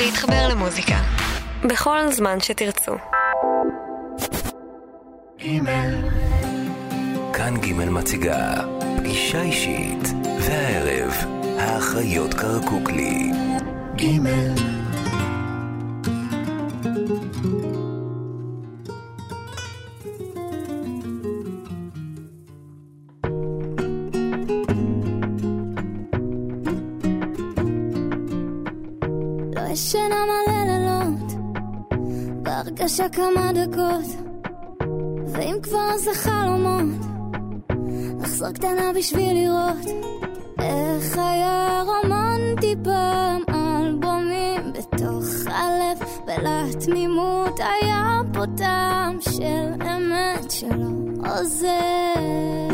להתחבר למוזיקה בכל זמן שתרצו. כאן ג' מציגה פגישה אישית, והערב האחיות קרקוקלי. ג' ישנה מלא לילות, בהרגשה כמה דקות, ואם כבר זה חלומות, נחזור קטנה בשביל לראות איך היה רומנטי פעם, אלבומים בתוך הלב, ולתמימות היה פה טעם של אמת שלא עוזר.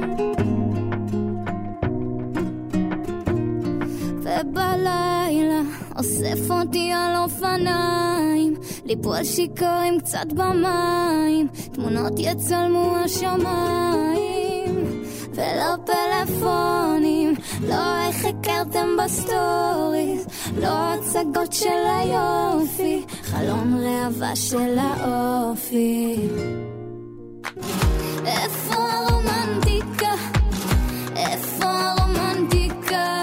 ובלילה אוסף אותי על אופניים, ליפול שיכורים קצת במים, תמונות יצלמו השמיים, ולא פלאפונים, לא איך הכרתם בסטוריז, לא הצגות של היופי, חלום ראווה של האופי. איפה הרומנטיקה? איפה הרומנטיקה?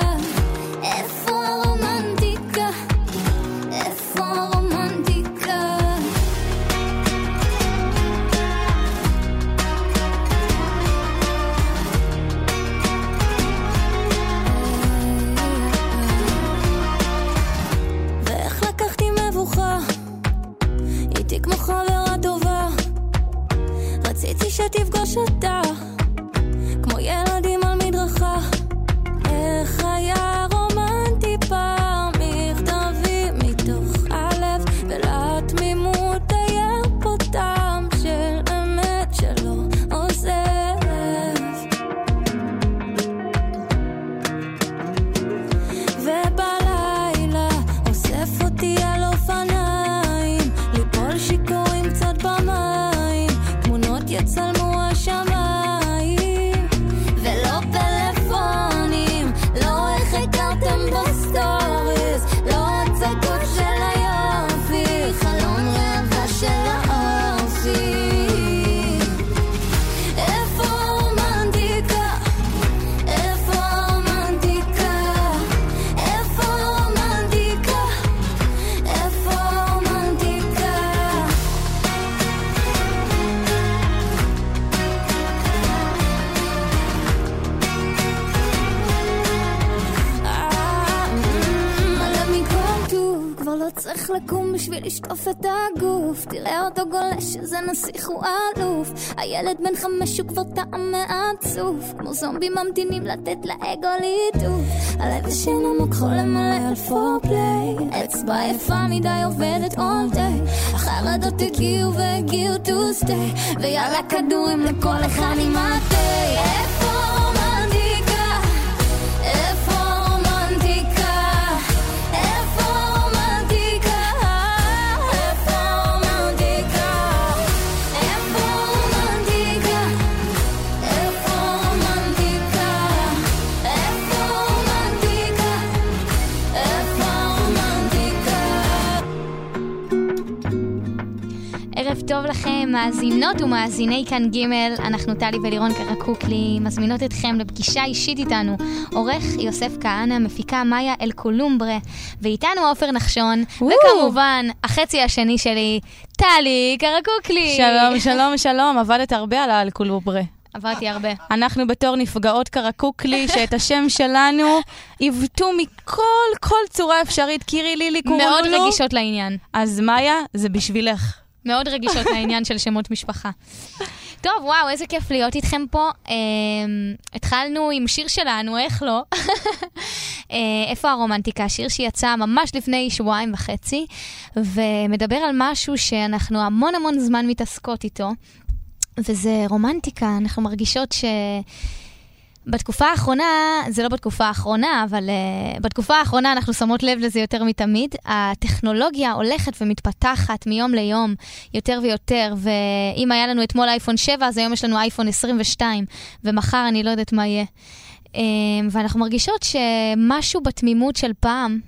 כמו חברה טובה, רציתי שתפגוש אותה כמו ילדים על מדרכה. איך היה רומנטי פעם, מכתבים מתוך הלב, ולתמימות היה פה טעם של אמת שלא עוזב. ובלילה אוסף אותי על אופניים, שיכורים קצת במים, תמונות יצלמו השמיים, ולא פלאפונים, לא איך הכרתם בסטוריז, לא הצגות של היופי, חלום ראווה של האופי. איפה הרומנטיקה? איפה הרומנטיקה? איפה הרומנטיקה? איפה הרומנטיקה? כבר לא צריך לקום בשביל לשטוף את הגוף, תראה אותו גולש שזה נסיך הוא אלוף, הילד בן 5 הוא כבר טעם מעצוף, כמו זומבי ממתינים לתת לאגו ליטוף, הלב ישן עמוק חולם מלא על פורפליי, אצבע יפה מדי עובדת all day, החרדות הגיעו והגיעו to stay, ויאללה כדורים לכל אחד עם התה. איפה רומנטיקה? איפה רומנטיקה? איפה רומנטיקה? איפה רומנטיקה? איפה רומנטיקה? איפה רומנטיקה? איפה רומנטיקה? איפה רומנטיקה? ערב טוב לכם, מאזינות ומאזיני כאן ג'. אנחנו טלי ולירון קרקוקלי, מזמינות אתכם לפגישה אישית איתנו. עורך יוסף כהנא, מפיקה מאיה אלקולומברה, ואיתנו עופר נחשון, וכמובן החצי השני שלי, טלי קרקוקלי. שלום, שלום, שלום. עבדת הרבה על האלקולומברה. עברתי הרבה. אנחנו בתור נפגעות קרקוקלי, שאת השם שלנו עיוותו כל צורה אפשרית. קירי לילי קוראים לנו. מאוד רגישות לעניין. אז מאיה, זה בשבילך. מאוד רגישות לעניין של שמות משפחה. טוב, וואו, איזה כיף להיות איתכם פה. התחלנו עם שיר שלנו, איך לא? איפה הרומנטיקה? שיר שיצא ממש לפני 1.5 שבועות, ומדבר על משהו שאנחנו המון זמן מתעסקות איתו, וזה רומנטיקה. אנחנו מרגישות בתקופה האחרונה, זה לא בתקופה האחרונה, אבל בתקופה האחרונה אנחנו שמות לב לזה יותר מתמיד. הטכנולוגיה הולכת ומתפתחת מיום ליום יותר ויותר, ואם היה לנו אתמול אייפון 7, אז היום יש לנו אייפון 22, ומחר אני לא יודעת מה יהיה. ואנחנו מרגישות שמשהו בתמימות של פעם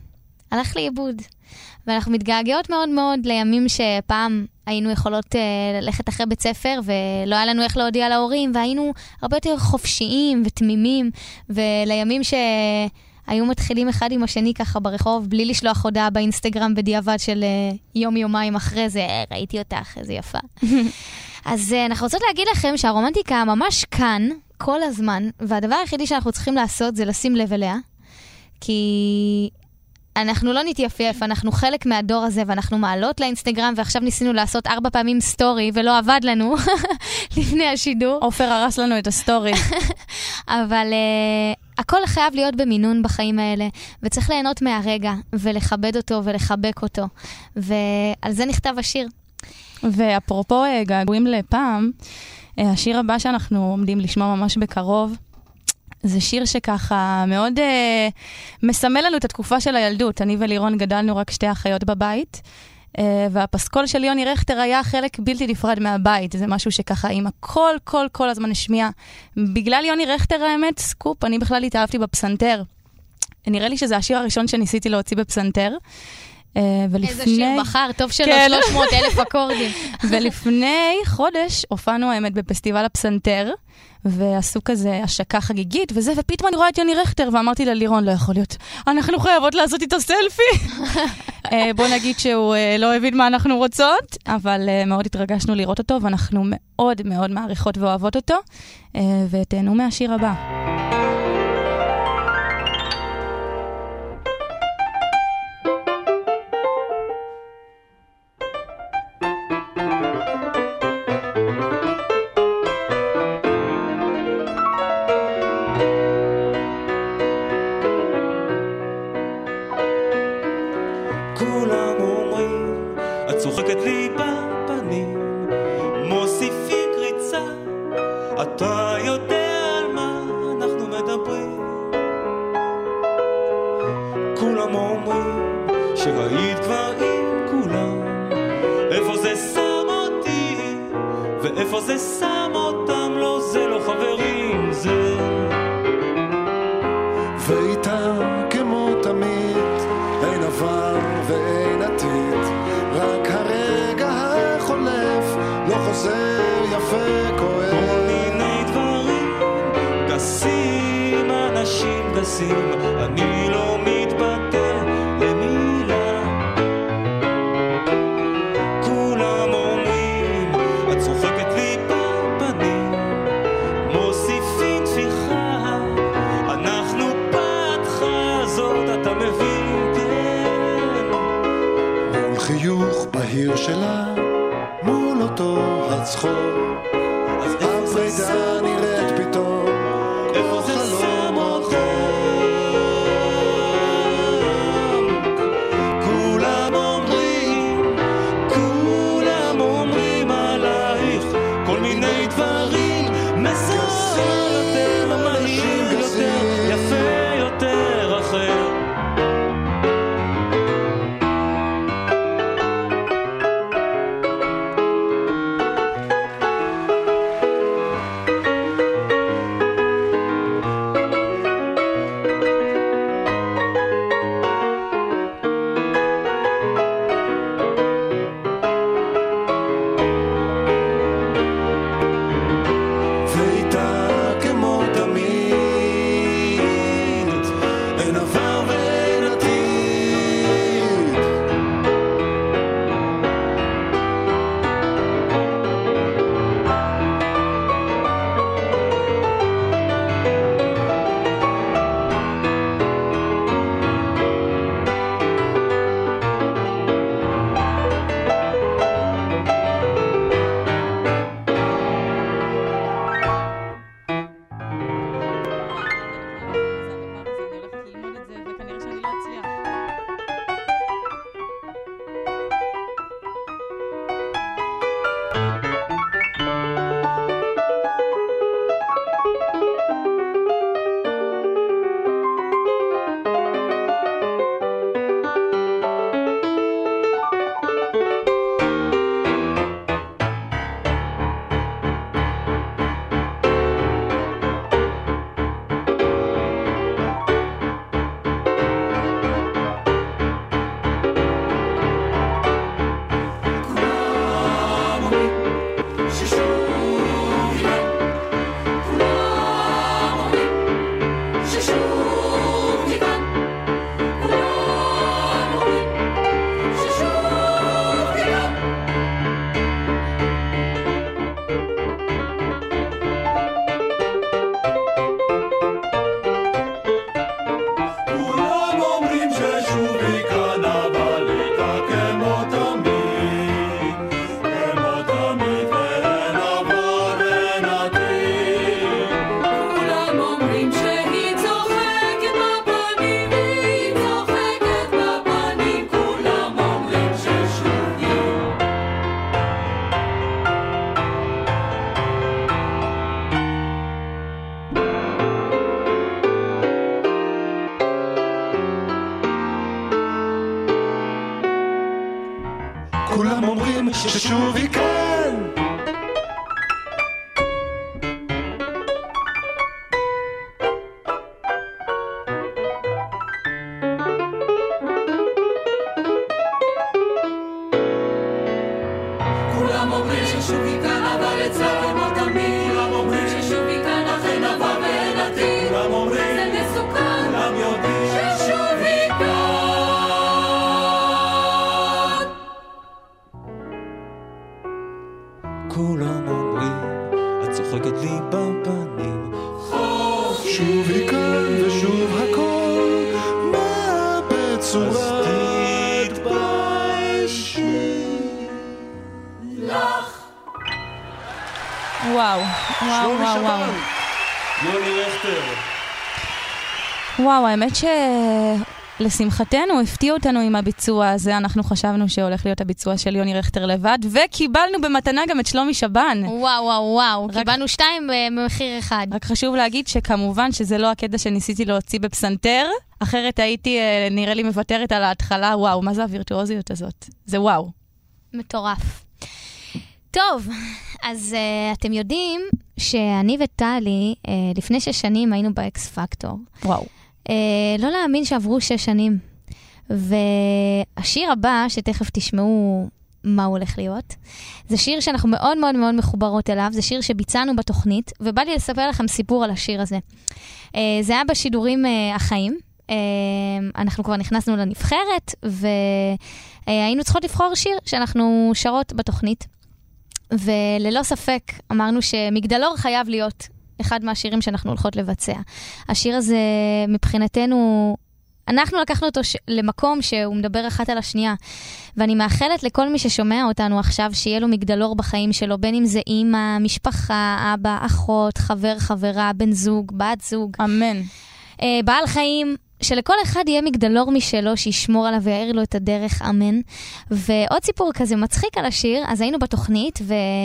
הלך לאיבוד. ואנחנו מתגעגעות מאוד מאוד לימים שפעם היינו יכולות ללכת אחרי בית ספר, ולא היה לנו איך להודיע להורים, והיינו הרבה יותר חופשיים ותמימים, ולימים שהיו מתחילים אחד עם השני ככה ברחוב, בלי לשלוח הודעה באינסטגרם בדיעבד של יום-יומיים אחרי זה, ראיתי אותך, איזה יפה. אז אנחנו רוצות להגיד לכם שהרומנטיקה ממש כאן, כל הזמן, והדבר היחידי שאנחנו צריכים לעשות זה לשים לב אליה, כי אנחנו לא נתייפייף, אנחנו חלק מהדור הזה, ואנחנו מעלות לאינסטגרם, ועכשיו ניסינו לעשות 4 פעמים סטורי, ולא עבד לנו לפני השידור. עופר הרס לנו את הסטורי. אבל הכל חייב להיות במינון בחיים האלה, וצריך ליהנות מהרגע, ולכבד אותו ולחבק אותו. ועל זה נכתב השיר. ואפרופו געגועים לפעם, השיר הבא שאנחנו עומדים לשמוע ממש בקרוב, זה שיר שככה מאוד מסמל לנו את התקופה של הילדות. אני ולירון גדלנו רק 2 אחיות בבית, והפסקול של יוני רכטר היה חלק בלתי נפרד מהבית. זה משהו שככה עם הכל, כל הזמן השמיע. בגלל יוני רכטר, האמת, סקופ, אני בכלל התאהבתי בפסנתר. נראה לי שזה השיר הראשון שניסיתי להוציא בפסנתר. איזה שיר בחר, טוב שלו 300,000 אקורדים. ולפני חודש הופענו האמת בפסטיבל הפסנתר, ועשו כזה השקה חגיגית וזה, ופתאום אני רואה את יוני רכטר, ואמרתי ללירון, לא יכול להיות, אנחנו חייבות לעשות איתו סלפי. בוא נגיד שהוא לא הבין מה אנחנו רוצות, אבל מאוד התרגשנו לראות אותו, ואנחנו מאוד מאוד מעריכות ואוהבות אותו, ותהנו מהשיר הבא. איפה זה שם אותם? לא, זה לא חברים, זה ואיתה כמו תמיד, אין עבר ואין עתיד, רק הרגע החולף לא חוזר, יפה כואב. כל מיני דברים גסים, אנשים גסים, אני לא מתבטא למילה. כולם אומרים את צוחקת לי בפנים, מוסיפים תפיחה, אנחנו פתח זאת, אתה מבין, כן. מול חיוך בהיר שלה, מול אותו הצחוק, הפרידה נראית פתאום איפה זה שם אותם? כולם אומרים עלייך כל מיני דברים, מסרסל יותר, מהיר יותר, יפה יותר, אחר. כולם אומרים ששוב היא כאן. כולם אומרים ששוב היא כאן, אבל אצלה כמו תמיד. כולם אומרים ששוב היא כאן, אך אין עבר ואין עתיד. כולם אומרים זה מסוכן, כולם יודעים ששוב היא כאן. כולם אומרים, את צוחקת לי בפנים. שוב היא כאן ושוב הכל מאבד צורה. וואו, וואו, וואו, וואו. יוני רכטר. וואו, האמת שלשמחתנו הפתיעו אותנו עם הביצוע הזה. אנחנו חשבנו שהולך להיות הביצוע של יוני רכטר לבד, וקיבלנו במתנה גם את שלומי שבן. וואו, וואו, וואו. קיבלנו 2 במחיר אחד. רק חשוב להגיד שכמובן שזה לא הקטע שניסיתי להוציא בפסנתר, אחרת הייתי נראה לי מוותרת על ההתחלה. וואו, מה זה הווירטואוזיות הזאת? זה וואו. מטורף. טוב, אז אתם יודעים שאני וטלי, לפני 6 שנים היינו באקס פקטור. וואו. לא להאמין שעברו 6 שנים. והשיר הבא, שתכף תשמעו מה הוא הולך להיות, זה שיר שאנחנו מאוד מאוד מאוד מחוברות אליו, זה שיר שביצענו בתוכנית, ובא לי לספר לכם סיפור על השיר הזה. זה היה בשידורים החיים, אנחנו כבר נכנסנו לנבחרת, והיינו צריכות לבחור שיר שאנחנו שרות בתוכנית, וללא ספק אמרנו שמגדלור חייב להיות אחד מהשירים שאנחנו הולכות לבצע. השיר הזה מבחינתנו, אנחנו לקחנו אותו למקום שהוא מדבר אחת על השנייה, ואני מאחלת לכל מי ששומע אותנו עכשיו שיהיה לו מגדלור בחיים שלו, בין אם זה אמא, משפחה, אבא, אחות, חבר, חברה, בן זוג, בת זוג. אמן. בעל חיים, שלכל אחד יהיה מגדלור משלו, שישמור עליו ויעיר לו את הדרך, אמן. ועוד סיפור כזה מצחיק על השיר, אז היינו בתוכנית,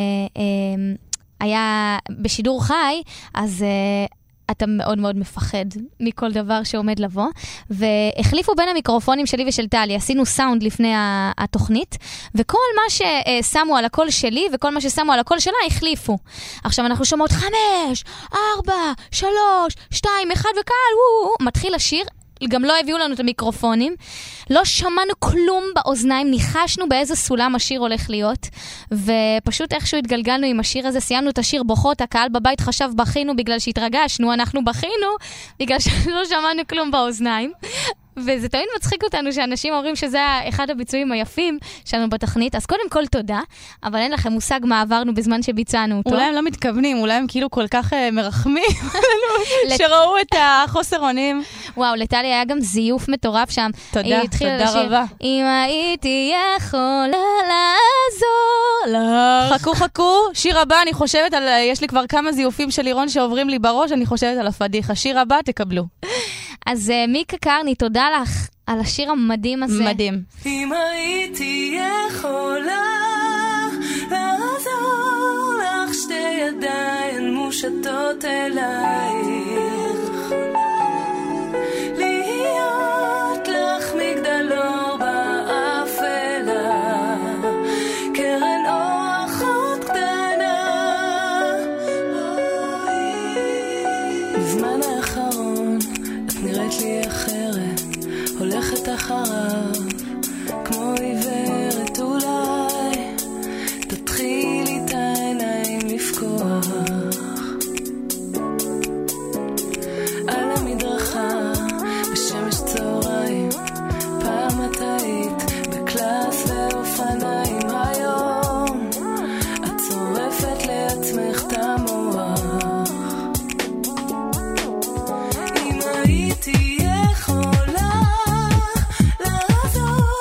והיה בשידור חי, אז אתה מאוד מאוד מפחד מכל דבר שעומד לבוא, והחליפו בין המיקרופונים שלי ושל טלי, עשינו סאונד לפני התוכנית, וכל מה ששמו על הקול שלי, וכל מה ששמו על הקול שלה, החליפו. עכשיו אנחנו שומעות 5, 4, 3, 2, 1 וקהל, מתחיל השיר, גם לא הביאו לנו את המיקרופונים, לא שמענו כלום באוזניים, ניחשנו באיזה סולם השיר הולך להיות, ופשוט איכשהו התגלגלנו עם השיר הזה, סיימנו את השיר בוכות, הקהל בבית חשב בכינו בגלל שהתרגשנו, אנחנו בכינו בגלל שלא שמענו כלום באוזניים. וזה תמיד מצחיק אותנו שאנשים אומרים שזה אחד הביצועים היפים שלנו בתוכנית, אז קודם כל תודה, אבל אין לכם מושג מה עברנו בזמן שביצענו אותו. אולי הם לא מתכוונים, אולי הם כאילו כל כך מרחמים, שראו את החוסר אונים. וואו, לטלי היה גם זיוף מטורף שם. תודה, תודה רבה. אם הייתי יכולה לעזור לך. חכו, שיר הבא, אני חושבת על, יש לי כבר כמה זיופים של לירון שעוברים לי בראש, אני חושבת על הפדיחה. שיר הבא, תקבלו. אז מיקה קרני, תודה לך על השיר המדהים הזה. מדהים. אם הייתי יכולה לעזור לך, 2 ידיים מושטות אלייך, להיות לך מגדלור באפלה, קרן אור אחות קטנה. בזמן האחרון את נראית לי אחרת, הולכת אחריו כמו עיוורת, אולי תתחילי את העיניים לפקוח על המדרכה בשמש צהריים. פעם את היית בקלאס ואופניים, היום את צורפת לעצמך את המוח. אם הייתי יכולה לעזור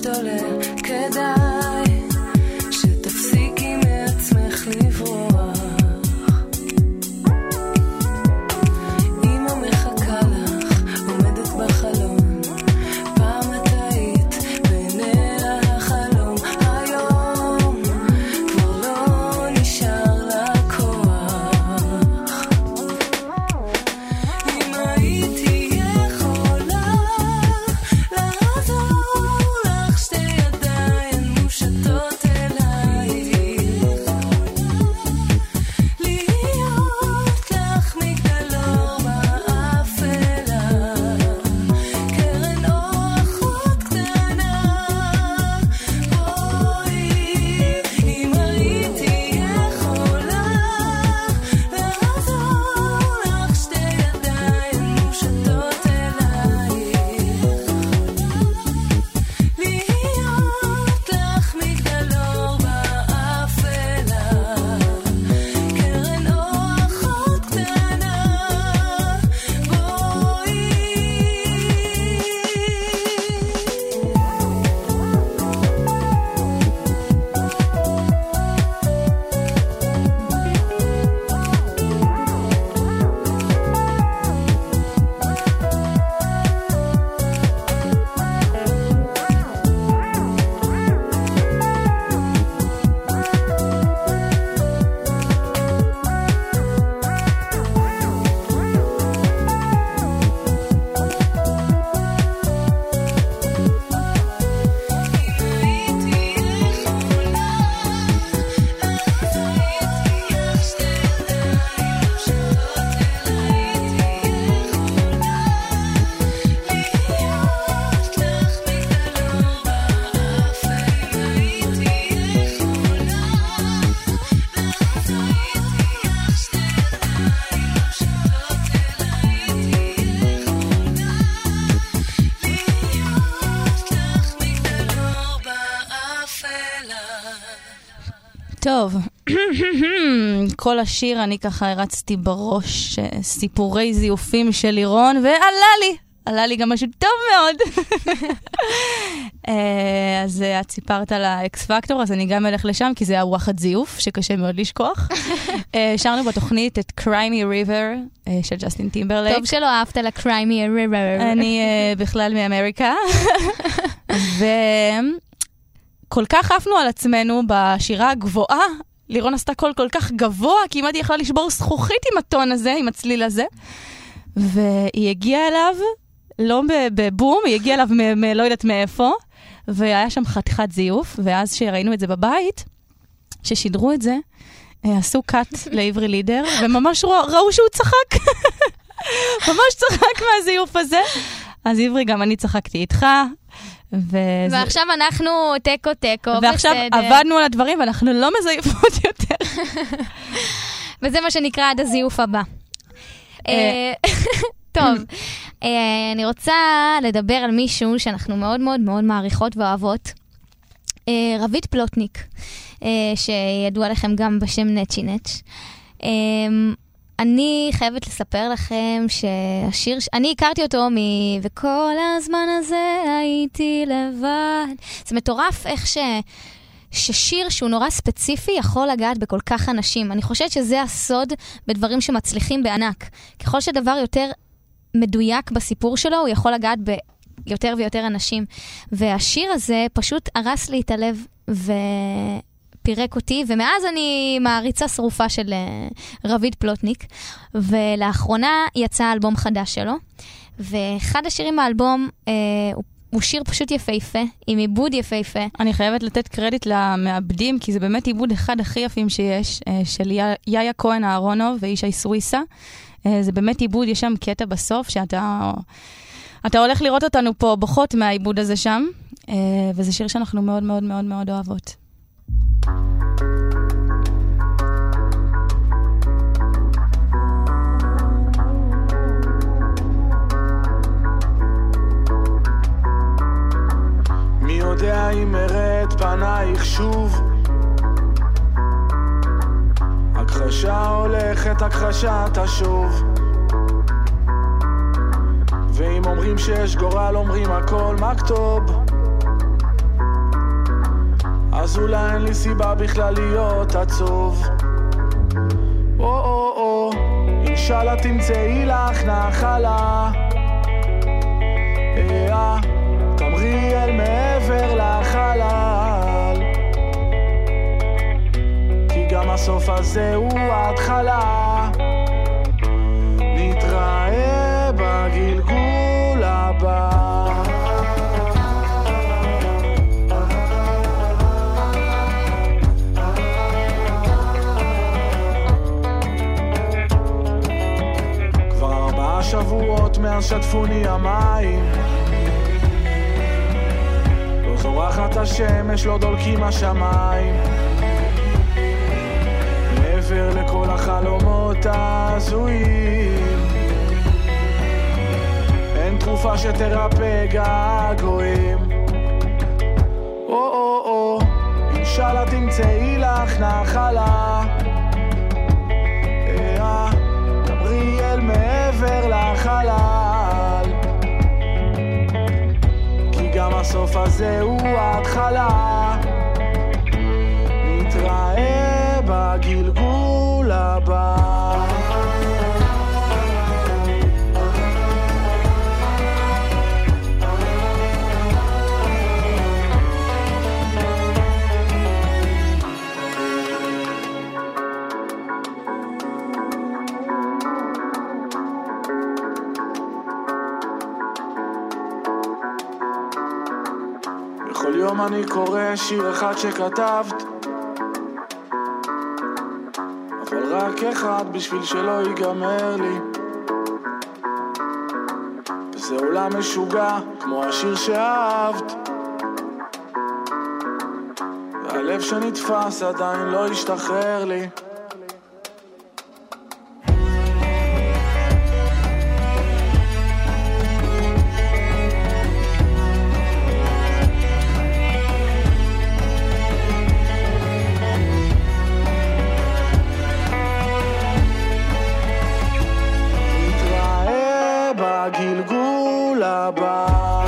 משתולל, כדאי שתפסיקי מעצמך לברוח. אמא מחכה לך, עומדת בחלון, פעם את היית בעיניה החלום, היום כבר לא נשאר לה כוח. אם הייתי יכולה לעזור לך, שתי ידיים מושטות אלייך, להיות לך מגדלור באפלה, קרן אור אחות קטנה. בואי, אם הייתי יכולה לעזור לך, שתי ידיים מושטות אלייך, להיות לך מגדלור באפלה, קרן אור אחות קטנה. בואי. טוב, כל השיר אני ככה הרצתי בראש סיפורי זיופים של לירון, ועלה לי גם משהו טוב מאוד. אז את סיפרת על האקס פקטור, אז אני גם אלך לשם, כי זה היה וואחד זיוף, שקשה מאוד לשכוח. שרנו בתוכנית את קריימי ריבר של ג'סטין טימברלייק. טוב שלא אהבת לקריימי ריבר. אני בכלל מאמריקה. כל כך עפנו על עצמנו בשירה הגבוהה, לירון עשתה קול כל כך גבוה, כמעט היא יכלה לשבור זכוכית עם הטון הזה, עם הצליל הזה, והיא הגיעה אליו, לא בבום, היא הגיעה אליו לא יודעת מאיפה, והיה שם חתיכת זיוף, ואז שראינו את זה בבית, ששידרו את זה, עשו קאט לעברי לידר, וממש ראו שהוא צחק, ממש צחק מהזיוף הזה, אז עברי גם אני צחקתי איתך, ועכשיו אנחנו טקו, ועכשיו עבדנו על הדברים, ואנחנו לא מזייפות יותר. וזה מה שנקרא עד הזיוף הבא. טוב, אני רוצה לדבר על מישהו שאנחנו מאוד מאוד מאוד מעריכות ואוהבות. רבית פלוטניק, שידוע לכם גם בשם נצ'י נץ'. אני חייבת לספר לכם שהשיר, אני הכרתי אותו וכל הזמן הזה הייתי לבד. זה מטורף איך ששיר שהוא נורא ספציפי יכול לגעת בכל כך אנשים. אני חושבת שזה הסוד בדברים שמצליחים בענק. ככל שדבר יותר מדויק בסיפור שלו, הוא יכול לגעת ביותר ויותר אנשים. והשיר הזה פשוט הרס לי את הלב פירק אותי, ומאז אני מעריצה שרופה של רבית פלוטניק, ולאחרונה יצא אלבום חדש שלו, ואחד השירים באלבום הוא שיר פשוט יפהפה, עם עיבוד יפהפה. אני חייבת לתת קרדיט למעבדים, כי זה באמת עיבוד אחד הכי יפים שיש, של יאיה כהן אהרונוב ואישי סוויסה. זה באמת עיבוד, יש שם קטע בסוף, שאתה הולך לראות אותנו פה בוכות מהעיבוד הזה שם, וזה שיר שאנחנו מאוד מאוד מאוד מאוד אוהבות. מי יודע אם אראה את פנייך שוב, הכחשה הולכת, הכחשה תשוב, ואם אומרים שיש גורל אומרים הכל מכתוב, אז אולי אין לי סיבה בכלל להיות עצוב. או אינשאללה תמצאי לך נחלה, תמרי אל מעבר לחלל, כי גם הסוף הזה הוא ההתחלה. נתראה בגלגול הבא. כבר 4 שבועות מאז שטפוני המים, לא זורחת השמש, לא דולקים השמיים, מעבר לכל החלומות ההזויים אין תרופה שתרפא געגועים. או אינשאללה תמצאי לך נחלה, תמרי אל מעבר לחלל, כי גם הסוף הזה הוא ההתחלה. נתראה בגלגול הבא. בכל יום אני קורא שיר אחד שכתבת, אבל רק אחד בשביל שלא ייגמר לי. וזה עולם משוגע כמו השיר שאהבת, והלב שנתפס עדיין לא ישתחרר לי. בגלגול הבא.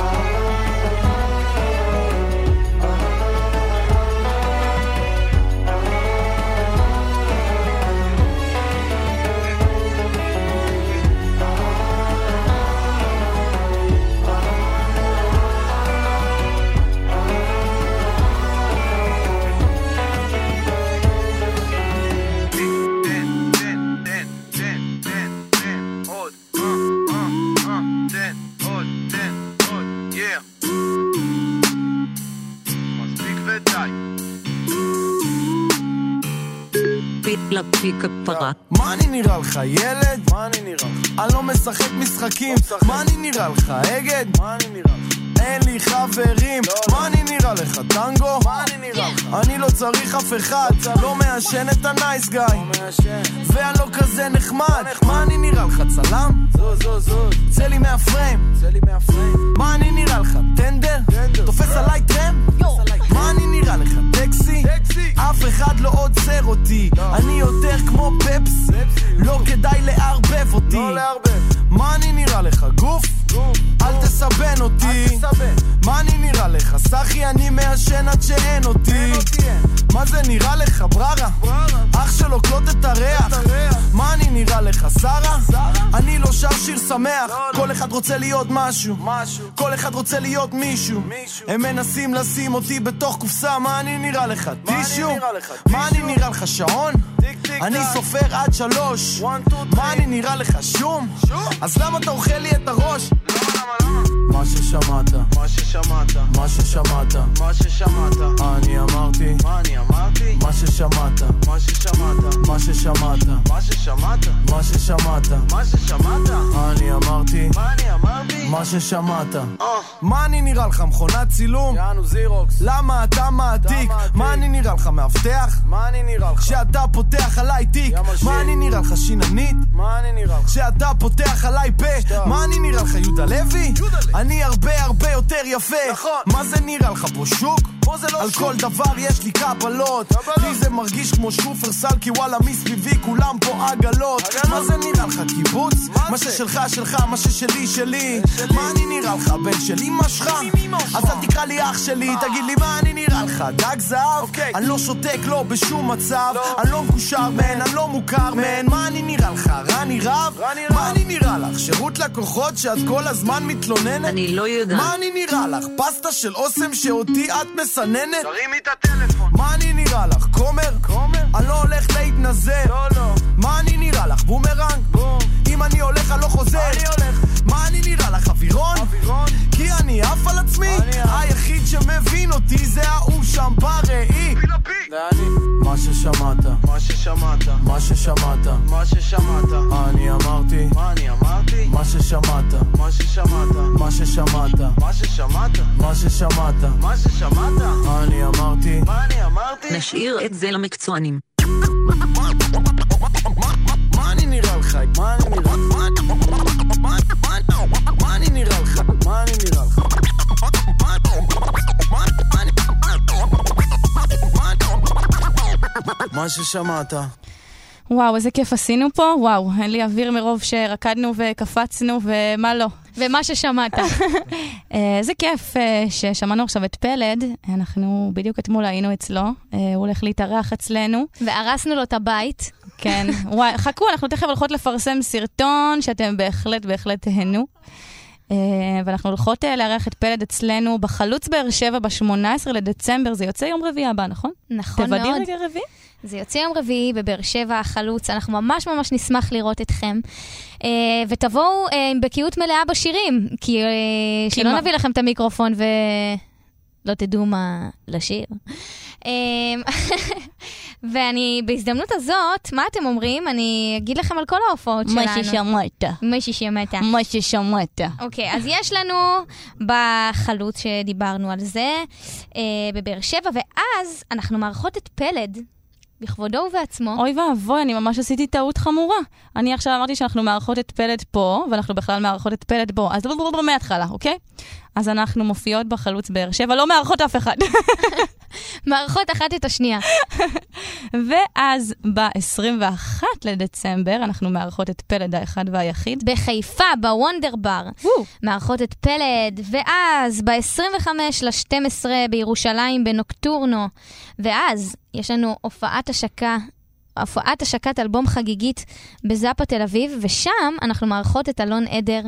מה אני נראה לך ילד? מה אני נראה לך? אני לא משחק משחקים. מה אני נראה לך אגד? מה אני נראה לך? אין לי חברים. מה אני נראה לך טנגו? מה אני נראה לך? אני לא צריך אף אחד, לא מעשן את הנייס גאי, ואני לא כזה נחמד. מה אני נראה לך צלם? צא לי מהפריים. מה אני נראה לך טנדר? תופס עליי טרם? מה אני נראה לך טקסי? אף אחד לא עוצר אותי, אני יותר כמו פפס, לא כדאי לערבב אותי. מה אני נראה לך גוף? אל תסבן אותי. מה אני נראה לך סחי? אני מעשן עד שאין אותי. מה זה נראה לך בררה? אח שלו קלוט את הריח. מה אני נראה לך שרה? אני לא שר שיר שמח. כל אחד רוצה להיות משהו, כל אחד רוצה להיות מישהו. הם מנסים לשים אותי בתוך קופסה. מה אני נראה לך טישו? מה אני נראה לך שעון? אני סופר עד 3. מה אני נראה לך שום? אז למה אתה אוכל לי את הראש? מה ששמעת, מה ששמעת, מה ששמעת, מה ששמעת, אני אמרתי, מה אני אמרתי, מה ששמעת, מה ששמעת, מה ששמעת, מה ששמעת, מה ששמעת, מה ששמעת, אני אמרתי, מה אני אמרתי, מה ששמעת. מה אני נראה לך מכונת צילום? יאנו זירוקס. למה אתה מעתיק? מה אני נראה לך מאבטח? מה אני נראה לך שאתה פותח עליי תיק? מה אני נראה לך שיננית? מה אני נראה לך שאתה פותח עליי פה? מה אני נראה לך יהודה לוי? אני הרבה יותר יפה. מה זה נראה לך פה שוק? על כל דבר יש לי קבלות, לי זה מרגיש כמו שופרסל, כי וואלה מסביבי כולם פה עגלות. מה זה נראה לך קיבוץ? מה ששלך שלך, מה ששלי שלי. מה אני נראה לך? בן שלי משך? אז אל תקרא לי אח שלי, תגיד לי מה אני נראה לך? דג זהב? אני לא שותק לא בשום מצב, אני לא מקושר מן, אני לא מוכר מן. מה אני נראה לך? רני רב? מה אני נראה לך? שירות לקוחות שאת כל הזמן מתלוננת? אני לא יודעת. מה אני נראה לך? פסטה של אוסם שאותי את מסננת? תרימי את הטלפון. מה אני נראה לך? כומר? אני לא הולך להתנזר. לא. מה אני נראה לך? בומרנג? אם אני הולך אני לא חוזר. מה אני נראה לך? אווירון? כי אני אף על עצמי. היחיד שמבין אותי זה ההוא שם בראי. מה ששמעת, אני אמרתי. מה ששמעת, אני אמרתי. נשאיר את זה למקצוענים. מה אני נראה לך? מה ששמעת. וואו, איזה כיף עשינו פה. וואו, אין לי אוויר מרוב שרקדנו וקפצנו ומה לא. ומה ששמעת. איזה כיף ששמענו עכשיו את פלד. אנחנו בדיוק אתמול היינו אצלו. הוא הולך להתארח אצלנו. והרסנו לו את הבית. כן. וואי, חכו, אנחנו תכף הולכות לפרסם סרטון שאתם בהחלט תהנו. ואנחנו הולכות לארח את פלד אצלנו בחלוץ באר שבע ב-18 לדצמבר. זה יוצא יום רביעי הבא, נכון? נכון מאוד. תוודאי רגע רביעי? זה יוצא יום רביעי בבאר שבע החלוץ. אנחנו ממש נשמח לראות אתכם. ותבואו עם בקיאות מלאה בשירים, כי שלא נביא לכם את המיקרופון ולא תדעו מה לשיר. ואני בהזדמנות הזאת, מה אתם אומרים? אני אגיד לכם על כל ההופעות שלנו. מה ששמעת. אוקיי, אז יש לנו בחלוץ שדיברנו על זה, בבאר שבע, ואז אנחנו מערכות את פלד, בכבודו ובעצמו. אוי ואבוי, אני ממש עשיתי טעות חמורה. אני עכשיו אמרתי שאנחנו מערכות את פלד פה, ואנחנו בכלל מערכות את פלד בו. אז לא מההתחלה, אוקיי? אז אנחנו מופיעות בחלוץ באר שבע, לא מערכות אף אחד. מערכות אחת את השנייה. ואז ב-21 לדצמבר, אנחנו מערכות את פלד האחד והיחיד. בחיפה, בוונדר בר. מערכות את פלד, ואז ב-25 ל-12 בירושלים, בנוקטורנו. ואז יש לנו הופעת השקת אלבום חגיגית בזאפה תל אביב, ושם אנחנו מערכות את אלון עדר,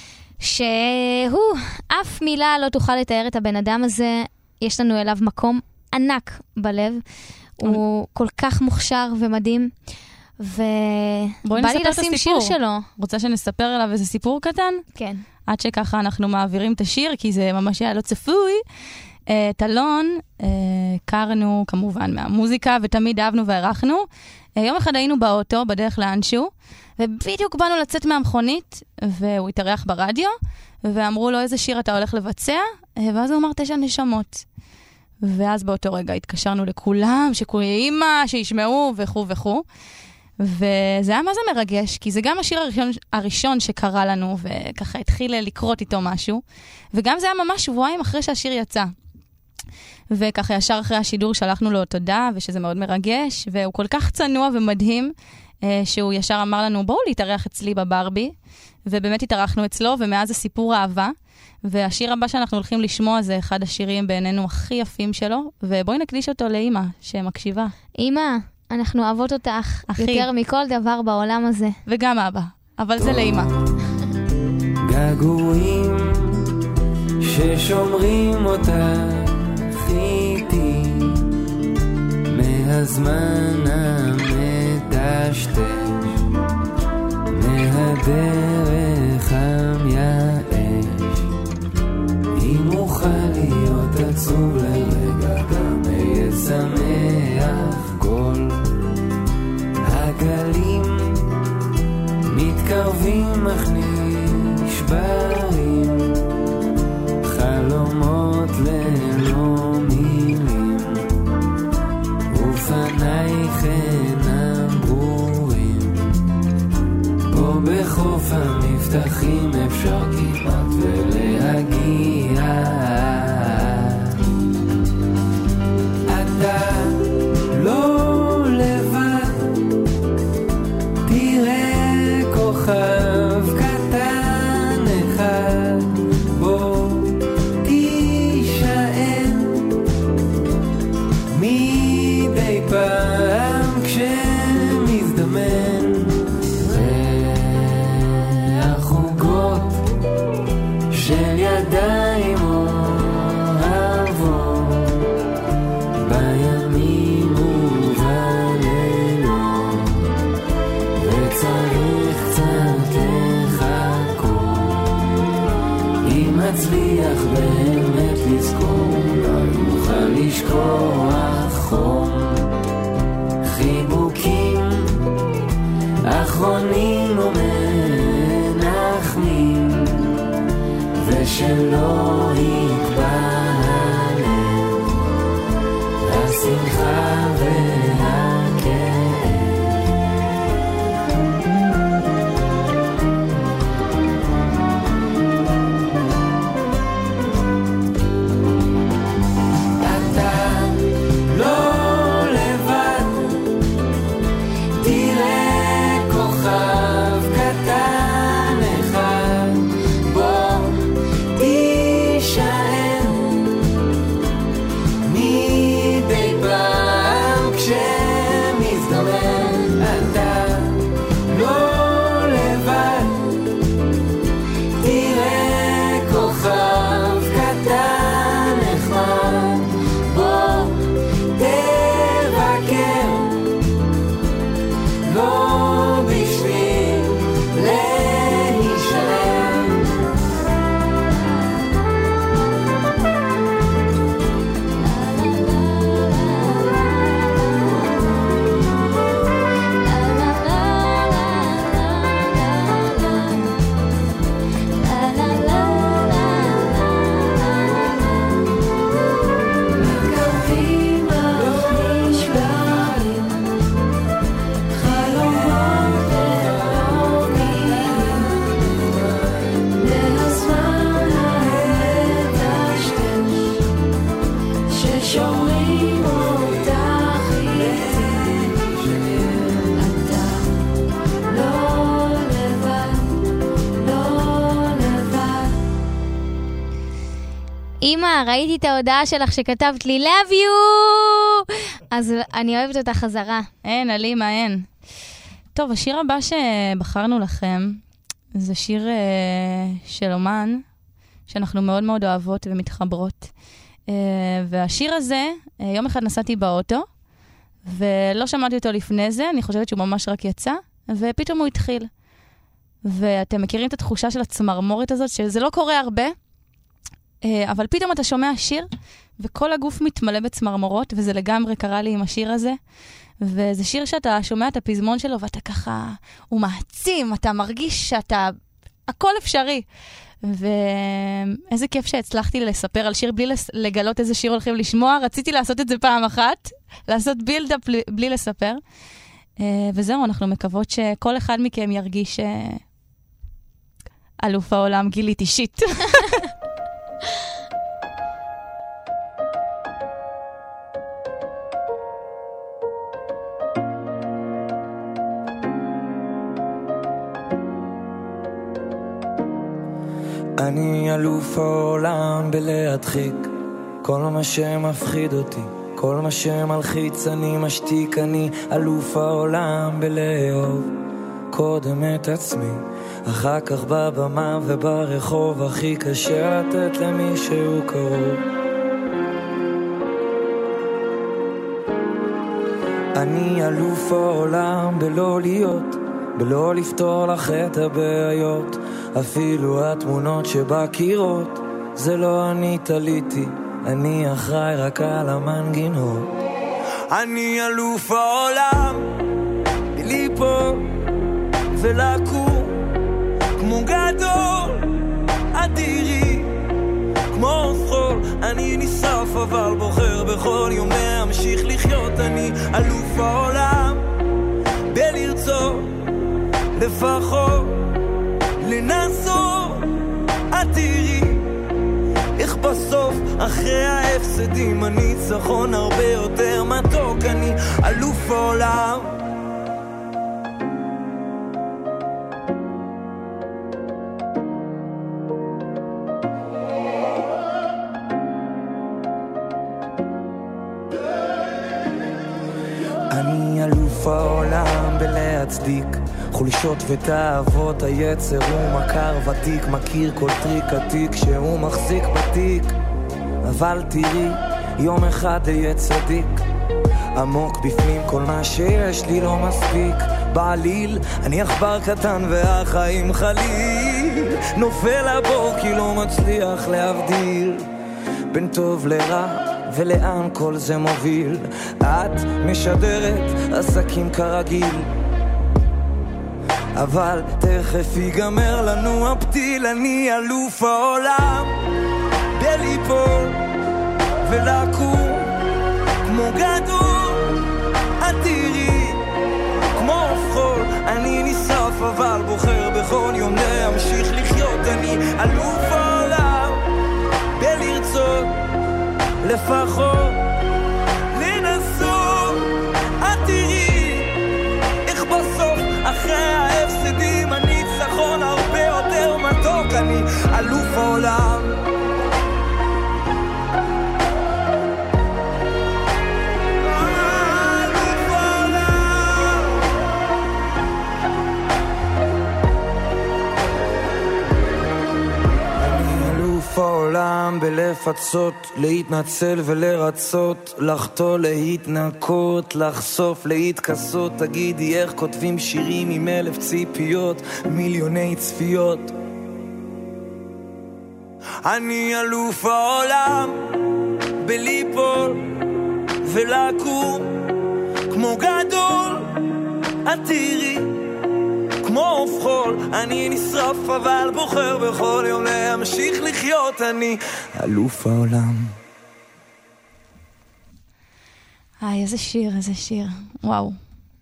שהוא, אף מילה לא תוכל לתאר את הבן אדם הזה. יש לנו אליו מקום ענק בלב. הוא כל כך מוכשר ומדהים. ובא לי לשים שיר שלו. רוצה שנספר עליו איזה סיפור קטן? כן. עד שככה אנחנו מעבירים את השיר, כי זה ממש היה לא צפוי. את אלון הכרנו כמובן מהמוזיקה, ותמיד אהבנו והערכנו. יום אחד היינו באוטו, בדרך לאנשהו, ובדיוק באנו לצאת מהמכונית, והוא התארח ברדיו, ואמרו לו איזה שיר אתה הולך לבצע, ואז הוא אמר 9 נשמות. ואז באותו רגע התקשרנו לכולם, שכולי אמא, שישמעו וכו'. וזה היה מה זה מרגש, כי זה גם השיר הראשון שקרה לנו, וככה התחיל לקרות איתו משהו, וגם זה היה ממש שבועיים אחרי שהשיר יצא. וככה ישר אחרי השידור שלחנו לו תודה, ושזה מאוד מרגש, והוא כל כך צנוע ומדהים, שהוא ישר אמר לנו, בואו להתארח אצלי בברבי, ובאמת התארחנו אצלו, ומאז זה סיפור אהבה, והשיר הבא שאנחנו הולכים לשמוע זה אחד השירים בעינינו הכי יפים שלו, ובואי נקדיש אותו לאמא שמקשיבה. אמא, אנחנו אוהבות אותך יותר מכל דבר בעולם הזה. וגם אבא, אבל זה לאמא. געגועים ששומרים אותך איתי מהזמן המטשטש, מהדרך המייאש. אם אוכל להיות עצוב לרגע, גם אהיה שמח. כל הגלים מתקרבים אך נשברים, חלומות ללא מילים, ופנייך אינם ברורים. פה בחוף המבטחים אפשר כמעט ולהגיע, כוח חום, חיבוקים אחרונים ומנחמים, ושלא יקבע הלב, השמחה אמא, ראיתי את ההודעה שלך שכתבת לי love you, אז אני אוהבת אותה חזרה. אין, אלימה, אין. טוב, השיר הבא שבחרנו לכם, זה שיר של אומן, שאנחנו מאוד מאוד אוהבות ומתחברות. והשיר הזה, יום אחד נסעתי באוטו, ולא שמעתי אותו לפני זה, אני חושבת שהוא ממש רק יצא, ופתאום הוא התחיל. ואתם מכירים את התחושה של הצמרמורת הזאת, שזה לא קורה הרבה, אבל פתאום אתה שומע שיר, וכל הגוף מתמלא בצמרמורות, וזה לגמרי קרה לי עם השיר הזה. וזה שיר שאתה שומע את הפזמון שלו, ואתה ככה, הוא מעצים, אתה מרגיש שאתה, הכל אפשרי. ואיזה כיף שהצלחתי לספר על שיר בלי לגלות איזה שיר הולכים לשמוע. רציתי לעשות את זה פעם אחת, לעשות בילדאפ בלי לספר. וזהו, אנחנו מקוות שכל אחד מכם ירגיש אלוף העולם גילית אישית. אני אלוף העולם בלהדחיק כל מה שמפחיד אותי, כל מה שמלחיץ אני משתיק. אני אלוף העולם בלאהוב קודם את עצמי, אחר כך בבמה וברחוב הכי קשה לתת למישהו קרוב. אני אלוף העולם בלא להיות, בלא לפתור לך את הבעיות, אפילו התמונות שבקירות זה לא אני תליתי, אני אחראי רק על המנגינות. אני אלוף העולם בליפול ולקום כמו גדול אדירי, כמו חול אני נשרף אבל בוחר בכל יום להמשיך לחיות. אני אלוף העולם בלרצות לפחות לנסות, את תראי איך בסוף אחרי ההפסדים הניצחון הרבה יותר מתוק. אני אלוף העולם. אני אלוף העולם בלהצדיק חולשות ותאוות היצר, הוא מכר ותיק, מכיר כל טריק עתיק שהוא מחזיק בתיק. אבל תראי, יום אחד יהיה צדיק, עמוק בפנים כל מה שיש לי לא מספיק. בעליל, אני עכבר קטן והחיים חליל, נופל לבור כי לא מצליח להבדיל בין טוב לרע ולאן כל זה מוביל? את משדרת עסקים כרגיל, אבל תכף ייגמר לנו הפתיל. אני אלוף העולם בליפול ולקום כמו גדול, את תראי כמו חול. אני נשרף אבל בוחר בכל יום להמשיך לחיות. אני אלוף העולם בלרצות לפחות לנסות. את תראי איך בסוף אחרי ההפסדים הניצחון הרבה יותר מתוק. אני אלוף העולם. העולם בלפצות, להתנצל ולרצות, לחטוא, להתנקות, לחשוף, להתכסות. תגידי איך כותבים שירים עם 1000 ציפיות, מיליוני צפיות. אני אלוף העולם בליפול ולקום כמו גדול, את תראי כמו עוף חול. אני נשרף אבל בוחר בכל יום להמשיך לחיות. אני אלוף העולם. איזה שיר, איזה שיר. וואו.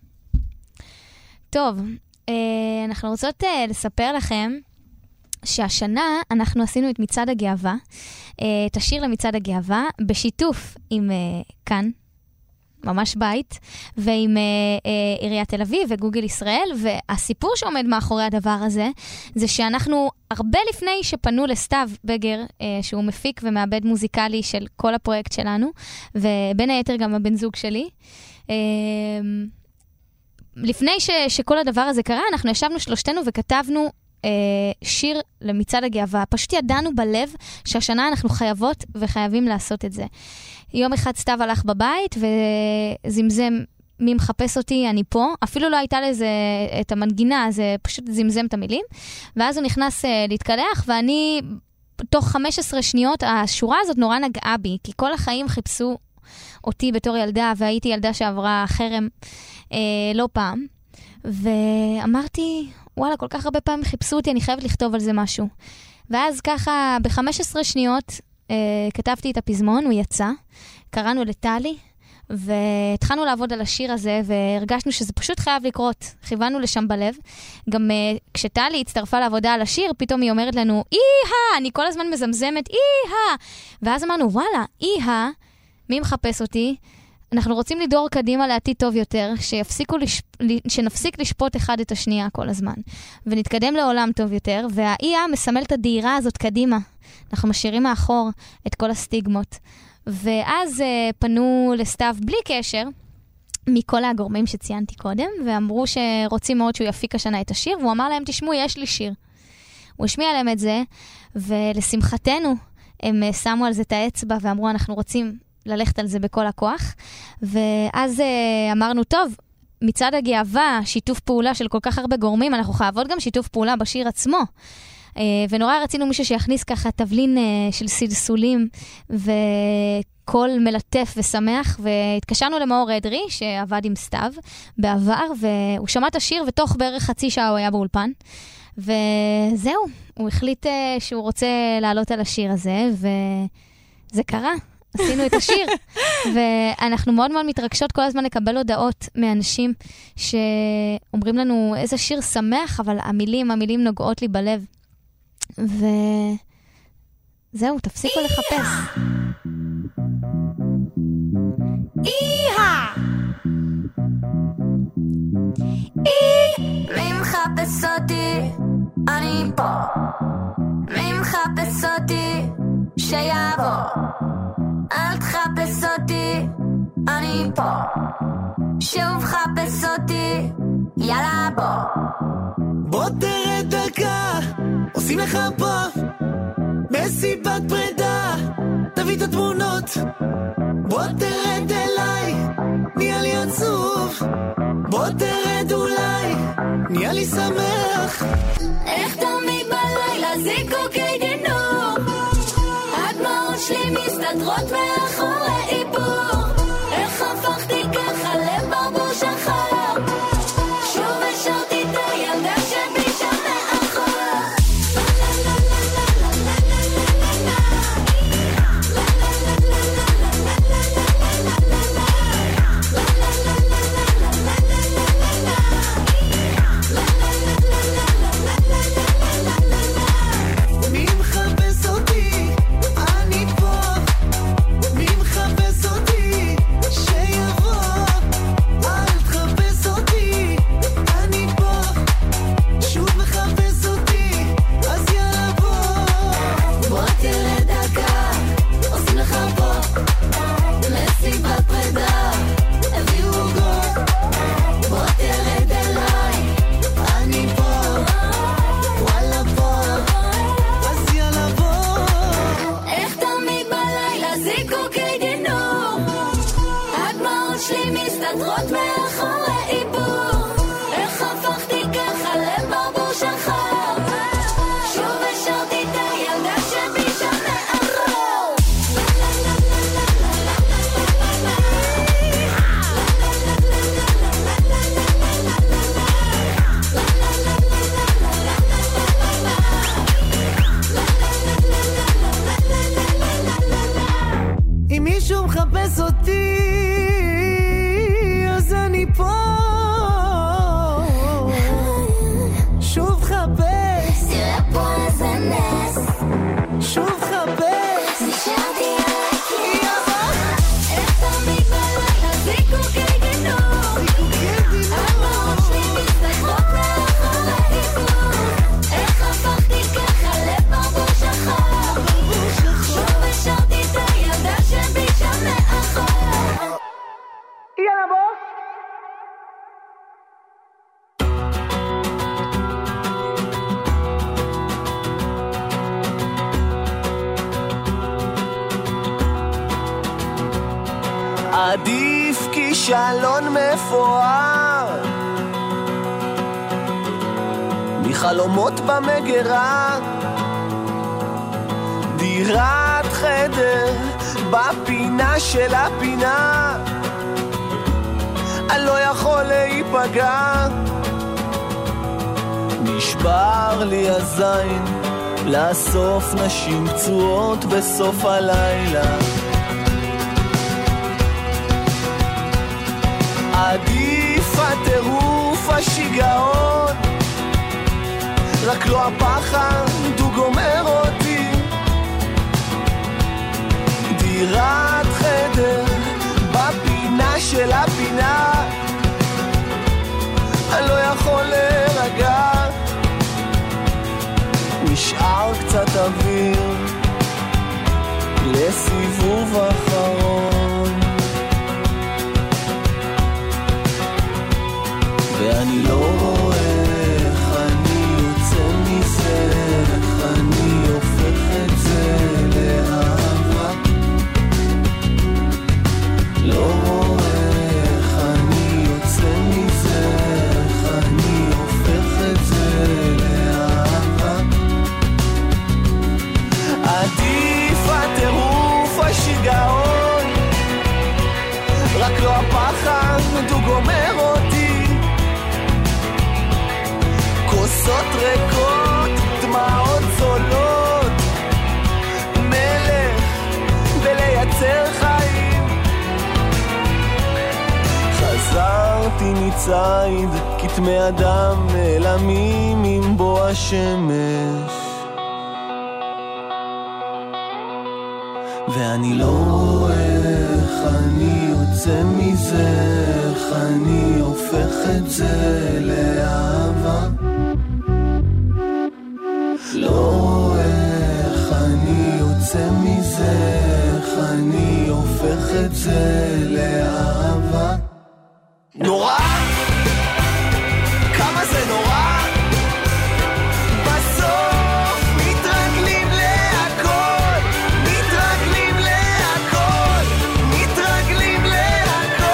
טוב, אנחנו רוצות לספר לכם שהשנה אנחנו עשינו את מצעד הגאווה, את השיר למצעד הגאווה, בשיתוף עם כאן, ממש בית, ועם עיריית תל אביב וגוגל ישראל. והסיפור שעומד מאחורי הדבר הזה, זה שאנחנו הרבה לפני שפנו לסתיו בגר, שהוא מפיק ומעבד מוזיקלי של כל הפרויקט שלנו, ובין היתר גם הבן זוג שלי, לפני שכל הדבר הזה קרה, אנחנו ישבנו שלושתנו וכתבנו שיר למצעד הגאווה. פשוט ידענו בלב שהשנה אנחנו חייבות וחייבים לעשות את זה. יום אחד סתיו הלך בבית וזמזם מי מחפש אותי, אני פה. אפילו לא הייתה לזה את המנגינה, זה פשוט זמזם את המילים. ואז הוא נכנס להתקלח, ואני תוך 15 שניות, השורה הזאת נורא נגעה בי, כי כל החיים חיפשו אותי בתור ילדה, והייתי ילדה שעברה חרם לא פעם. ואמרתי, וואלה, כל כך הרבה פעמים חיפשו אותי, אני חייבת לכתוב על זה משהו. ואז ככה, ב-15 שניות, כתבתי את הפזמון, הוא יצא, קראנו לטלי, והתחלנו לעבוד על השיר הזה, והרגשנו שזה פשוט חייב לקרות. כיוונו לשם בלב. גם כשטלי הצטרפה לעבודה על השיר, פתאום היא אומרת לנו, אי-ה, אני כל הזמן מזמזמת, אי-ה. ואז אמרנו, וואלה, אי-ה, מי מחפש אותי? אנחנו רוצים לדור קדימה לעתיד טוב יותר, שנפסיק לשפוט אחד את השנייה כל הזמן, ונתקדם לעולם טוב יותר, והאי-ה מסמל את הדהירה הזאת קדימה. אנחנו משאירים מאחור את כל הסטיגמות. ואז פנו לסתיו בלי קשר, מכל הגורמים שציינתי קודם, ואמרו שרוצים מאוד שהוא יפיק השנה את השיר, והוא אמר להם, תשמעו, יש לי שיר. הוא השמיע להם את זה, ולשמחתנו, הם שמו על זה את האצבע, ואמרו, אנחנו רוצים ללכת על זה בכל הכוח. ואז אמרנו, טוב, מצד הגאווה, שיתוף פעולה של כל כך הרבה גורמים, אנחנו חייבות גם שיתוף פעולה בשיר עצמו. ונורא רצינו מישהו שיכניס ככה תבלין של סלסולים וקול מלטף ושמח, והתקשרנו למאור אדרי שעבד עם סתיו בעבר, והוא שמע את השיר ותוך בערך חצי שעה הוא היה באולפן, וזהו, הוא החליט שהוא רוצה לעלות על השיר הזה, וזה קרה. עשינו את השיר, ואנחנו מאוד מאוד מתרגשות כל הזמן לקבל הודעות מאנשים שאומרים לנו איזה שיר שמח, אבל המילים נוגעות לי בלב. וזהו, תפסיקו לחפש. אי-ה! מי מחפש אותי? אני פה. מי מחפש אותי? שיבוא. אל תחפש אותי, אני פה. שוב חפש אותי, יאללה בוא. בוא תרד דקה, עושים לך פה מסיבת פרידה, תביא את התמונות. בוא תרד אליי, נהיה לי עצוב. בוא תרד אולי, נהיה לי שמח. איך תמיד בלילה זה קוקי דנור, הדמעות שלי מסתכל מסתדרות מאחורי איפור. איך הפכתי ככה לברבור שחור, שוב השארתי את הילדה שבי שם מאחור. מי מחפש אותי? אני פה. מי מחפש אותי? שיבוא. אל תחפש אותי, אני פה. שוב מחפש אותי, אז יאללה בוא. בוא תראה דקה, עושים לך פה מסיבת פרידה, הביאו עוגות. בוא תרד אליי, אני פה, וואלה פה. אז יאללה בוא. איך תמיד בלילה זיקוקי דינור, הדמעות שלי מסתדרות מאחורי איפור. איך הפכתי ככה לברבור שחור, שוב השארתי את הילדה שבי שם מאחור. אם מישהו מחפש אותי, אז אני פה. שוב חפש, תראה פה איזה נס, שוב חפש. נשארתי על הכיס. איך תמיד בלילה זיקוקי דינור, הדמעות שלי מסתדרות מאחורי איפור. איך הפכתי ככה לברבור שחור, שוב השארתי את הילדה שבי שם מאחור. יאללה בוא. עדיף כישלון מפואר מחלומות במגרה, דירת חדר בפינה של הפינה, אני לא יכול להיפגע. נשבר לי הזין לאסוף נשים פצועות בסוף הלילה. עדיף הטירוף השיגעון, רק לא הפחד הוא גומר אותי. דירת חדר בפינה של הפינה, אני לא יכול להירגע. נשאר קצת אוויר לסיבוב אחרון, ואני לא רואה איך אני יוצא מזה, איך אני הופך את זה לאהבה. לא רואה איך אני יוצא מזה, איך אני הופך את זה לאהבה. עדיף הטירוף השיגעון, רק לא הפחד הוא גומר אותי. כוסות ריקות, דמעות זולות, מלך בלייצר חיים. חזרתי מציד, כתמי אדם נעלמים עם בוא השמש, ואני לא רואה איך אני יוצא מזה, איך אני הופך את זה לאהבה. לא רואה איך אני יוצא מזה, איך אני הופך את זה לאהבה. נורא! כמה זה נורא! בסוף מתרגלים להכל, מתרגלים להכל, מתרגלים להכל.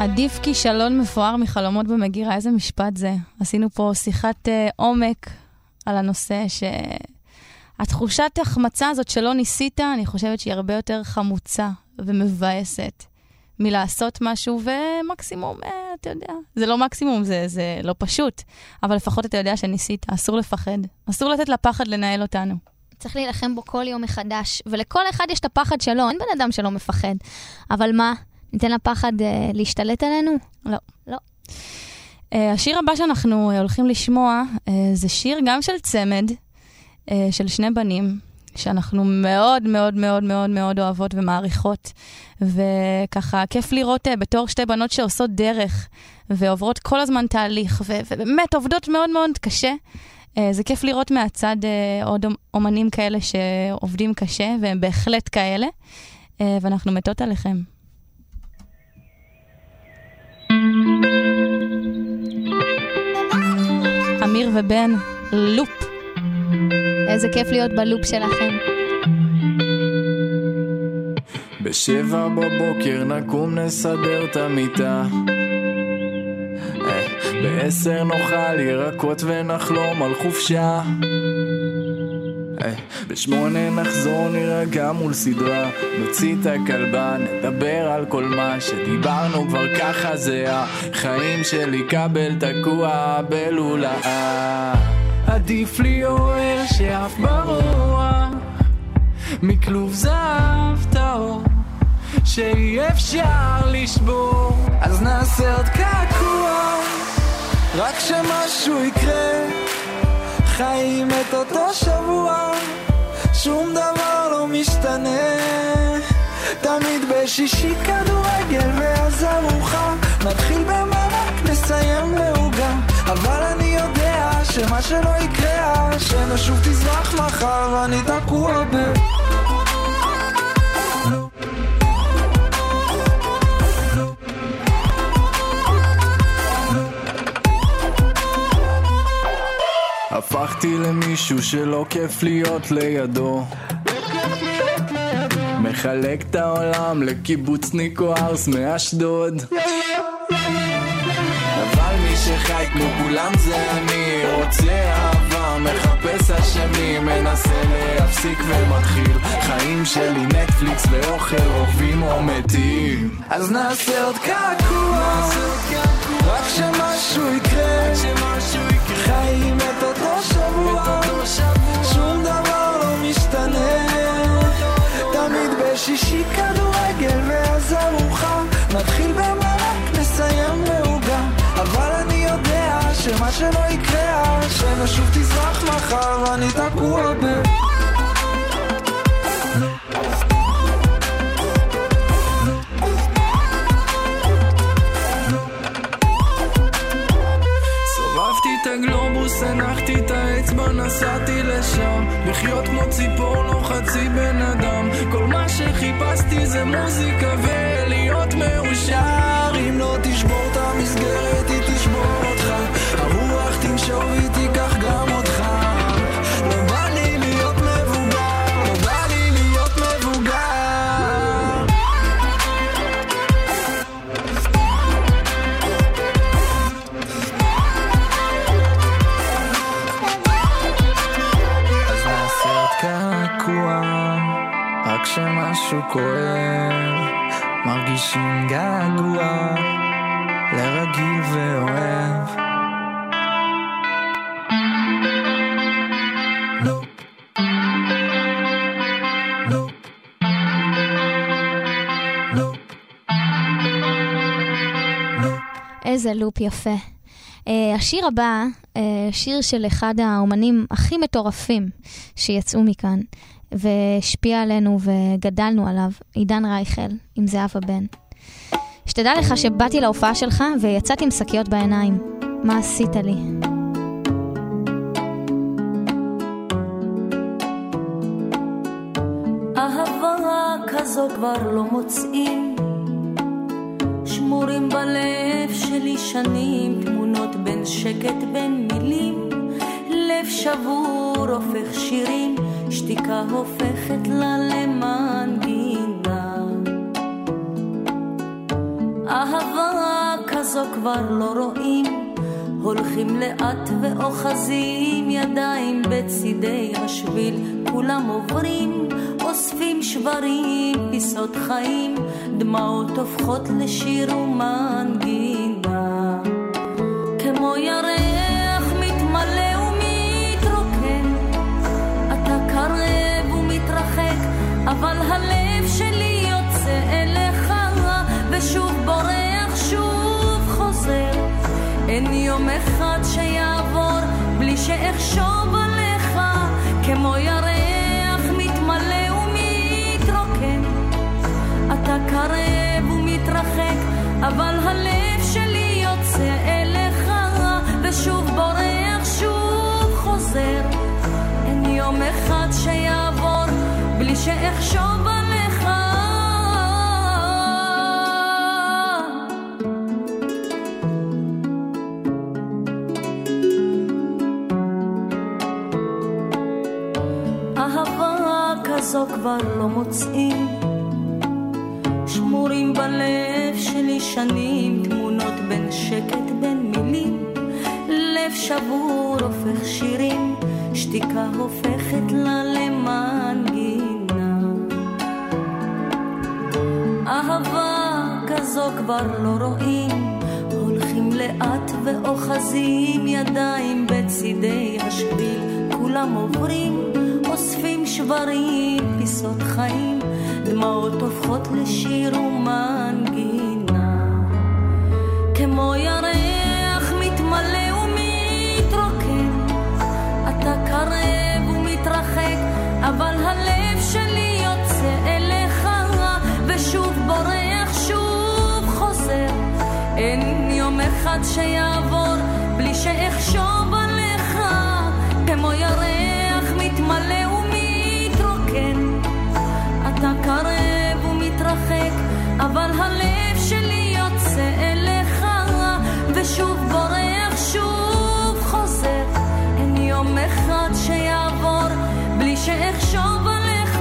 עדיף כישלון מפואר מחלומות במגירה, איזה משפט זה. עשינו פה שיחת עומק על הנושא התחושת החמצה הזאת שלא ניסית, אני חושבת שהיא הרבה יותר חמוצה ומבאסת מלעשות משהו, ומקסימום, אתה יודע, זה לא מקסימום, זה לא פשוט, אבל לפחות אתה יודע שניסית, אסור לפחד, אסור לתת לפחד לנהל אותנו. צריך להילחם בו כל יום מחדש, ולכל אחד יש את הפחד שלו, אין בן אדם שלא מפחד. אבל מה, ניתן לפחד להשתלט עלינו? לא. לא. השיר הבא שאנחנו הולכים לשמוע, זה שיר גם של צמד, של שני בנים, שאנחנו מאוד מאוד מאוד מאוד מאוד אוהבות ומעריכות, וככה כיף לראות בתור שתי בנות שעושות דרך, ועוברות כל הזמן תהליך, ובאמת עובדות מאוד מאוד קשה. זה כיף לראות מהצד עוד אומנים כאלה שעובדים קשה, והם בהחלט כאלה, ואנחנו מתות עליכם. אמיר ובן, לופ. איזה כיף להיות בלופ שלכם. 7 בבוקר נקום נסדר את המיטה, 10 נאכל ירקות ונחלום על חופשה, 8 נחזור נירגע מול סדרה, נוציא את הכלבה, נדבר על כל מה שדיברנו כבר, ככה זה החיים שלי, קבל תקוע בלולאה. עדיף לי אוהר שאף ברוח מכלוב זהב טהור שאי אפשר לשבור, אז נעשה עוד קעקוע, רק שמשהו יקרה, חיים את אותו שבוע, שום דבר לא משתנה, תמיד בשישי כדורגל ואז ארוחה, נתחיל במרק נסיים בהוגה, אבל אני יודע שמה שלא יקרה, שנשוב תזרח מחר ואני תקוע ב... הפכתי למישהו שלא כיף להיות לידו, מחלק את העולם לקיבוצניק או ארס מאשדוד, אבל מי שחי כמו כולם זה אני, רוצה אהבה, מחפש אשמים, מנסה להפסיק ומתחיל, חיים שלי נטפליקס ואוכל, רוכבים או מתים, אז נעשה עוד קעקוע, רק שמשהו יקרה, חיים את אותו שבוע, שום דבר לא משתנה, תמיד בשישי כדורגל ואז ארוחה, נתחיל במרק נסיים בהוגה, אבל אני יודע שמה שלא יקרה, שנשוב תזרח מחר ואני תקוע ב... את הגלובוס, הנחתי את האצבע, נסעתי לשם, לחיות כמו ציפור, לא חצי בן אדם, כל מה שחיפשתי זה מוזיקה ולהיות מאושר, אם לא תשבור את המסגרת היא תשבור אותך, הרוח תנשוב היא תיקח גם אותך, לא בא לי להיות מבוגר, לא בא לי להיות מבוגר. רק שמשהו כואב, מרגישים געגוע לרגיל ואוהב. לופ, לופ, לופ, לופ. איזה לופ יפה. השיר הבא, שיר של אחד האומנים הכי מטורפים שיצאו מכאן, והשפיע עלינו וגדלנו עליו, עידן רייכל, עם זהב הבן. שתדע לך שבאתי להופעה שלך ויצאתי עם שקיות בעיניים. מה עשית לי? אהבה כזו כבר לא מוצאים, שמורים בלב שלי שנים, תמונות בין שקט בין מילים, לב שבור הופך שירים, שתיקה הופכת לה למנגינה. אהבה כזו כבר לא רואים, הולכים לאט ואוחזים ידיים בצידי השביל, כולם עוברים, אוספים שברים, פיסות חיים, דמעות הופכות לשיר ומנגינה. כמו ירח מתמלא ומתרוקן, אתה קרב ומתרחק, אבל הלב שלי יוצא אליך, ושוב בורח, שוב חוזר. אין יום אחד שיעבור בלי שאחשוב עליך, כמו ירח מתמלא ומתרוקן, אתה קרב ומתרחק, אבל הלב שלי יוצא אליך, ושוב בורח, שוב חוזר. אין יום אחד שיעבור בלי שאחשוב עליך. אהבה כזו כבר לא מוצאים, שמורים בלב שלי שנים, תמונות בין שקט בין מילים, לב שבור הופך שירים, שתיקה הופכת לה למנגינה. אהבה כזו כבר לא רואים, הולכים לאט ואוחזים ידיים בצידי השביל, כולם עוברים, אוספים שברים, פיסות חיים, דמעות הופכות לשיר ומנגינה. כמו ירח מתמלא ומתרוקן, אתה קרב ומתרחק, אבל הלב שלי יוצא אליך, ושוב בורח, שוב חוזר. אין יום אחד שיעבור בלי שאחשוב עליך, כמו ירח מתמלא ומתרוקן, אתה קרב ומתרחק, אבל הלב שלי יוצא אליך, ושוב בורח, שוב חוזר. אין יום אחד שיעבור בלי שאחשוב עליך.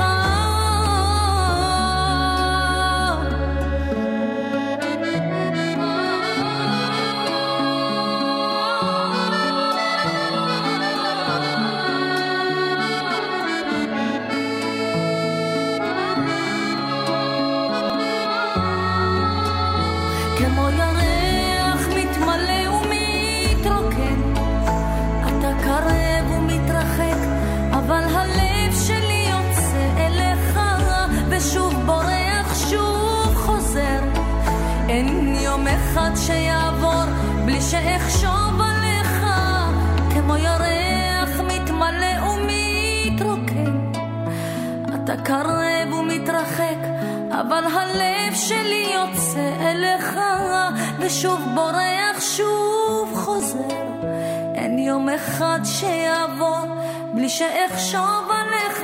כמו ירח מתמלא ומתרוקן, אתה קרב ומתרחק, אבל הלב שלי יוצא אליך, ושוב בורח, שוב חוזר. אין יום אחד שיעבור בלי שאחשוב עליך, כמו ירח מתמלא ומתרוקן, אתה קרב ומתרחק, אבל הלב שלי יוצא אליך, ושוב בורח, שוב חוזר. אין יום אחד שיעבור בלי שאחשוב עליך.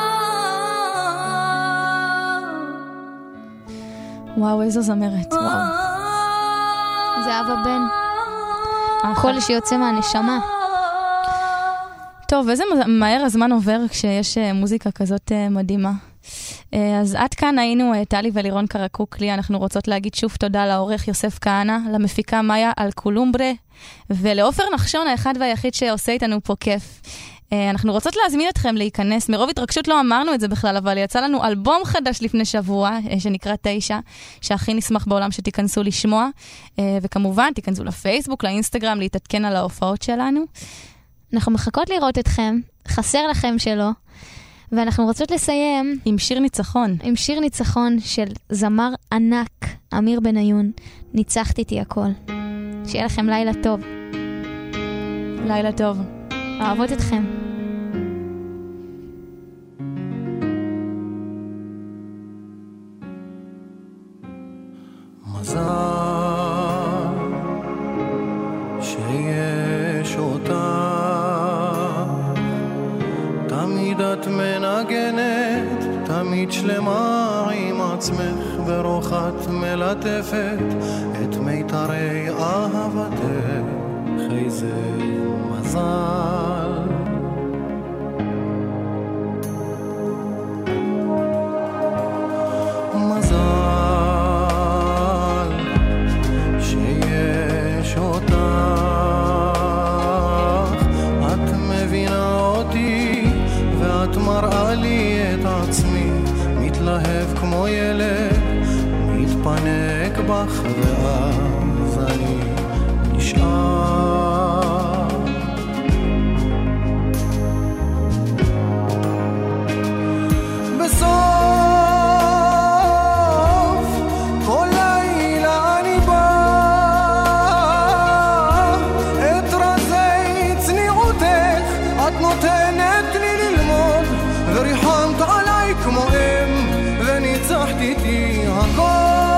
וואו, איזו זמרת, וואו. זה אבא בן. הקול שיוצא מהנשמה. טוב, איזה מהר הזמן עובר כשיש מוזיקה כזאת מדהימה. אז עד כאן היינו טלי ולירון קרקוקלי. אנחנו רוצות להגיד שוב תודה לעורך יוסף כהנא, למפיקה מאיה אלקולומברה, ולאופר נחשון, האחד והיחיד שעושה איתנו פה כיף. אנחנו רוצות להזמין אתכם להיכנס, מרוב התרגשות לא אמרנו את זה בכלל, אבל יצא לנו אלבום חדש לפני שבוע, שנקרא 9, שהכי נשמח בעולם שתיכנסו לשמוע, וכמובן תיכנסו לפייסבוק, לאינסטגרם, להתעדכן על ההופעות שלנו. אנחנו מחכות לראות אתכם, חסר לכם שלא, ואנחנו רוצות לסיים עם שיר ניצחון. עם שיר ניצחון של זמר ענק, אמיר בניון, ניצחת איתי הכל. שיהיה לכם לילה טוב. לילה טוב. אוהבות אתכם. מזל שיש אותה, תמיד את מנגנת, תמיד שלמה עם עצמך, ברוך את מלטפת את מיתרי אהבתך. איזה מזל, מזל בך ואז אני נשאר. בסוף כל לילה אני בא את רזי צניעותך את נותנת לי ללמוד וריחמת עליי כמו אם וניצחת איתי הכל.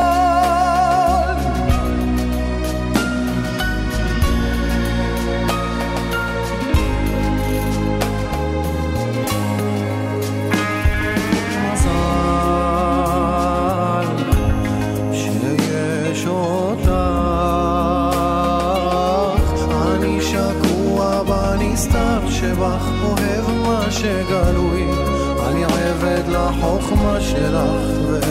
שבך אוהב מה שגלוי, אני עבד לחוכמה שלך